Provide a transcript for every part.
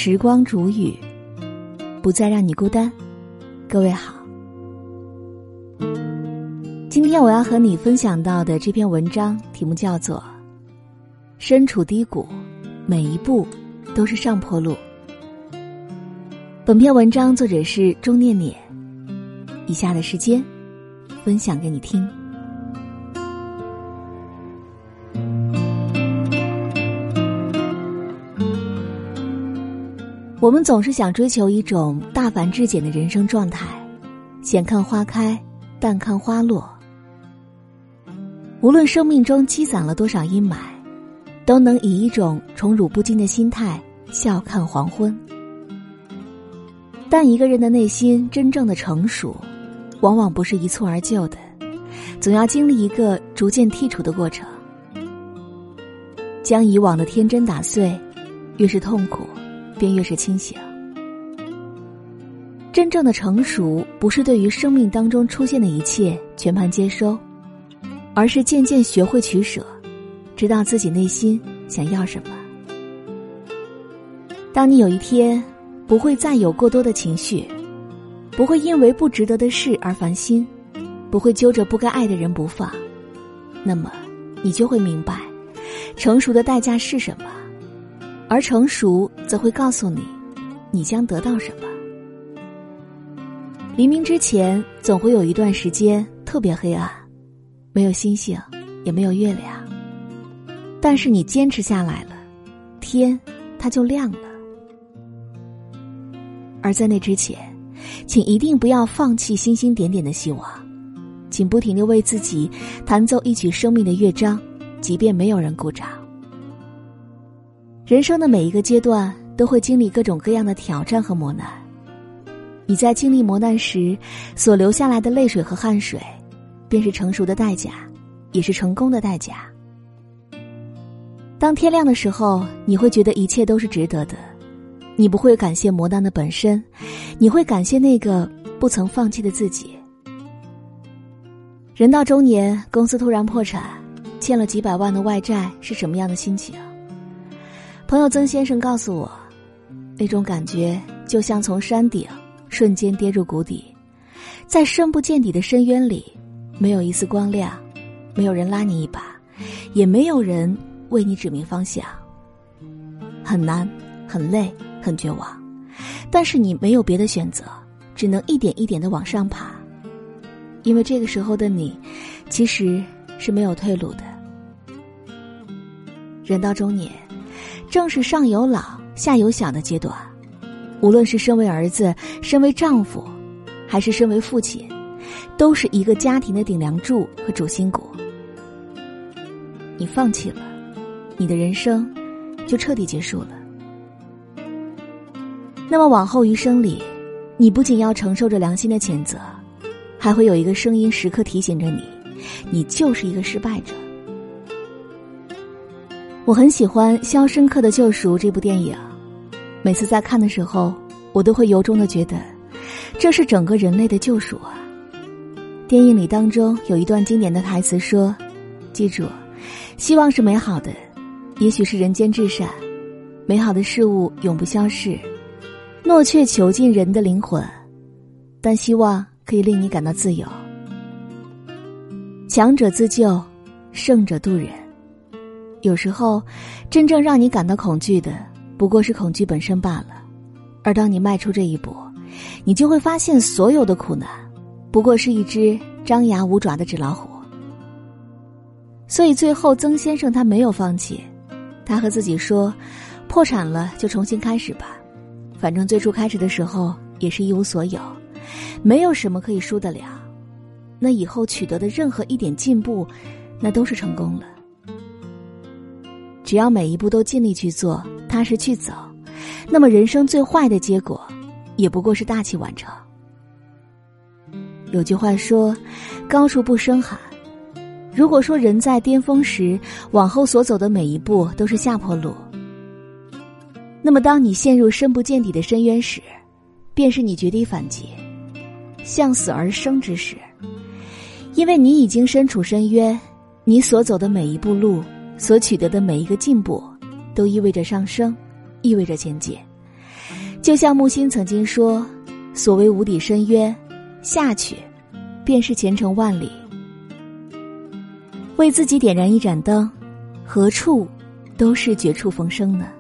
时光煮雨，不再让你孤单。各位好，今天我要和你分享到的这篇文章题目叫做身处低谷，每一步都是上坡路。本篇文章作者是钟念念，以下的时间分享给你听。我们总是想追求一种大凡至简的人生状态，闲看花开，淡看花落。无论生命中积攒了多少阴霾，都能以一种宠辱不惊的心态笑看黄昏。但一个人的内心真正的成熟，往往不是一蹴而就的，总要经历一个逐渐剔除的过程。将以往的天真打碎，越是痛苦便越是清醒。真正的成熟，不是对于生命当中出现的一切全盘接收，而是渐渐学会取舍，知道自己内心想要什么。当你有一天不会再有过多的情绪，不会因为不值得的事而烦心，不会揪着不该爱的人不放，那么你就会明白成熟的代价是什么，而成熟则会告诉你你将得到什么。黎明之前总会有一段时间特别黑暗，没有星星也没有月亮，但是你坚持下来了，天它就亮了。而在那之前，请一定不要放弃星星点点的希望，请不停地为自己弹奏一曲生命的乐章，即便没有人鼓掌。人生的每一个阶段都会经历各种各样的挑战和磨难，你在经历磨难时所流下来的泪水和汗水，便是成熟的代价，也是成功的代价。当天亮的时候，你会觉得一切都是值得的，你不会感谢磨难的本身，你会感谢那个不曾放弃的自己。人到中年，公司突然破产，欠了几百万的外债，是什么样的心情？朋友曾先生告诉我，那种感觉就像从山顶瞬间跌入谷底，在深不见底的深渊里，没有一丝光亮，没有人拉你一把，也没有人为你指明方向。很难，很累，很绝望，但是你没有别的选择，只能一点一点地往上爬。因为这个时候的你其实是没有退路的。人到中年，正是上有老下有小的阶段，无论是身为儿子，身为丈夫，还是身为父亲，都是一个家庭的顶梁柱和主心骨。你放弃了，你的人生就彻底结束了。那么往后余生里，你不仅要承受着良心的谴责，还会有一个声音时刻提醒着你，你就是一个失败者。我很喜欢《肖申克的救赎》这部电影，每次在看的时候，我都会由衷地觉得，这是整个人类的救赎啊。电影里当中有一段经典的台词说，记住，希望是美好的，也许是人间至善，美好的事物永不消逝，诺却囚禁人的灵魂，但希望可以令你感到自由。强者自救，胜者渡人。有时候真正让你感到恐惧的不过是恐惧本身罢了，而当你迈出这一步，你就会发现所有的苦难不过是一只张牙舞爪的纸老虎。所以最后曾先生他没有放弃，他和自己说，破产了就重新开始吧，反正最初开始的时候也是一无所有，没有什么可以输得了，那以后取得的任何一点进步，那都是成功了。只要每一步都尽力去做，踏实去走，那么人生最坏的结果也不过是大器晚成。有句话说，高处不胜寒。如果说人在巅峰时，往后所走的每一步都是下坡路，那么当你陷入深不见底的深渊时，便是你绝地反击，向死而生之时。因为你已经身处深渊，你所走的每一步路，所取得的每一个进步，都意味着上升，意味着前进。 就像木心曾经说，所谓无底深渊，下去便是前程万里。为自己点燃一盏灯，何处都是绝处逢生呢。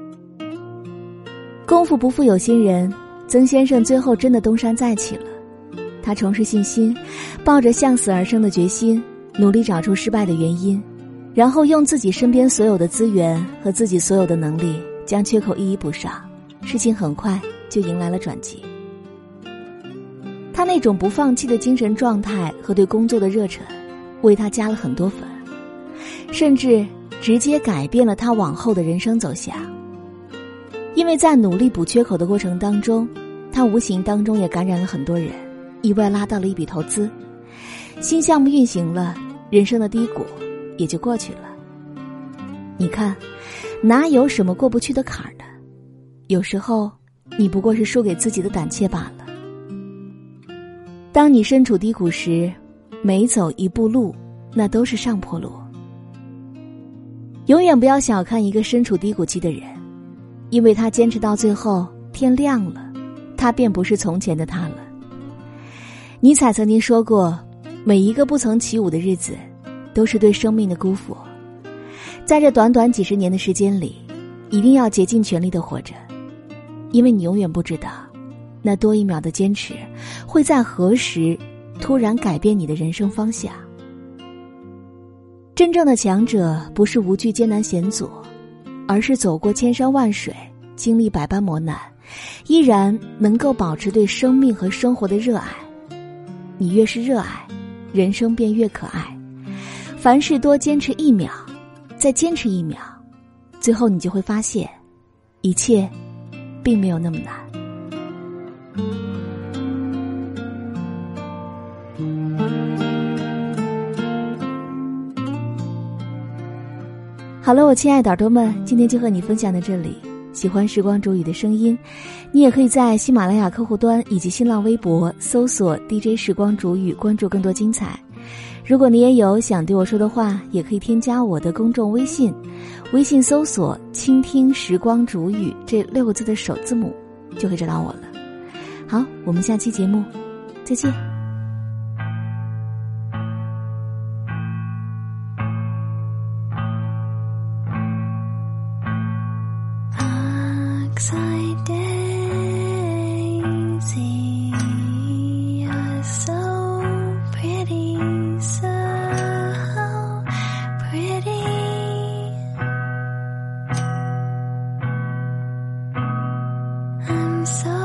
功夫不负有心人，曾先生最后真的东山再起了。他重拾信心，抱着向死而生的决心，努力找出失败的原因，然后用自己身边所有的资源和自己所有的能力将缺口一一补上，事情很快就迎来了转机。他那种不放弃的精神状态和对工作的热忱，为他加了很多分，甚至直接改变了他往后的人生走向。因为在努力补缺口的过程当中，他无形当中也感染了很多人，意外拉到了一笔投资，新项目运行了，人生的低谷也就过去了。你看，哪有什么过不去的坎儿呢？有时候你不过是输给自己的胆怯罢了。当你身处低谷时，每走一步路，那都是上坡路。永远不要小看一个身处低谷期的人，因为他坚持到最后，天亮了，他便不是从前的他了。尼采曾经说过，每一个不曾起舞的日子，都是对生命的辜负。在这短短几十年的时间里，一定要竭尽全力地活着，因为你永远不知道，那多一秒的坚持，会在何时突然改变你的人生方向。真正的强者，不是无惧艰难险阻，而是走过千山万水，经历百般磨难，依然能够保持对生命和生活的热爱。你越是热爱，人生便越可爱。凡事多坚持一秒，再坚持一秒，最后你就会发现，一切并没有那么难。好了，我亲爱的耳朵们，今天就和你分享到这里。喜欢时光煮雨的声音，你也可以在喜马拉雅客户端以及新浪微博搜索 DJ 时光煮雨，关注更多精彩。如果你也有想对我说的话，也可以添加我的公众微信，微信搜索倾听时光煮雨这6个字的首字母，就会找到我了。好，我们下期节目再见。 So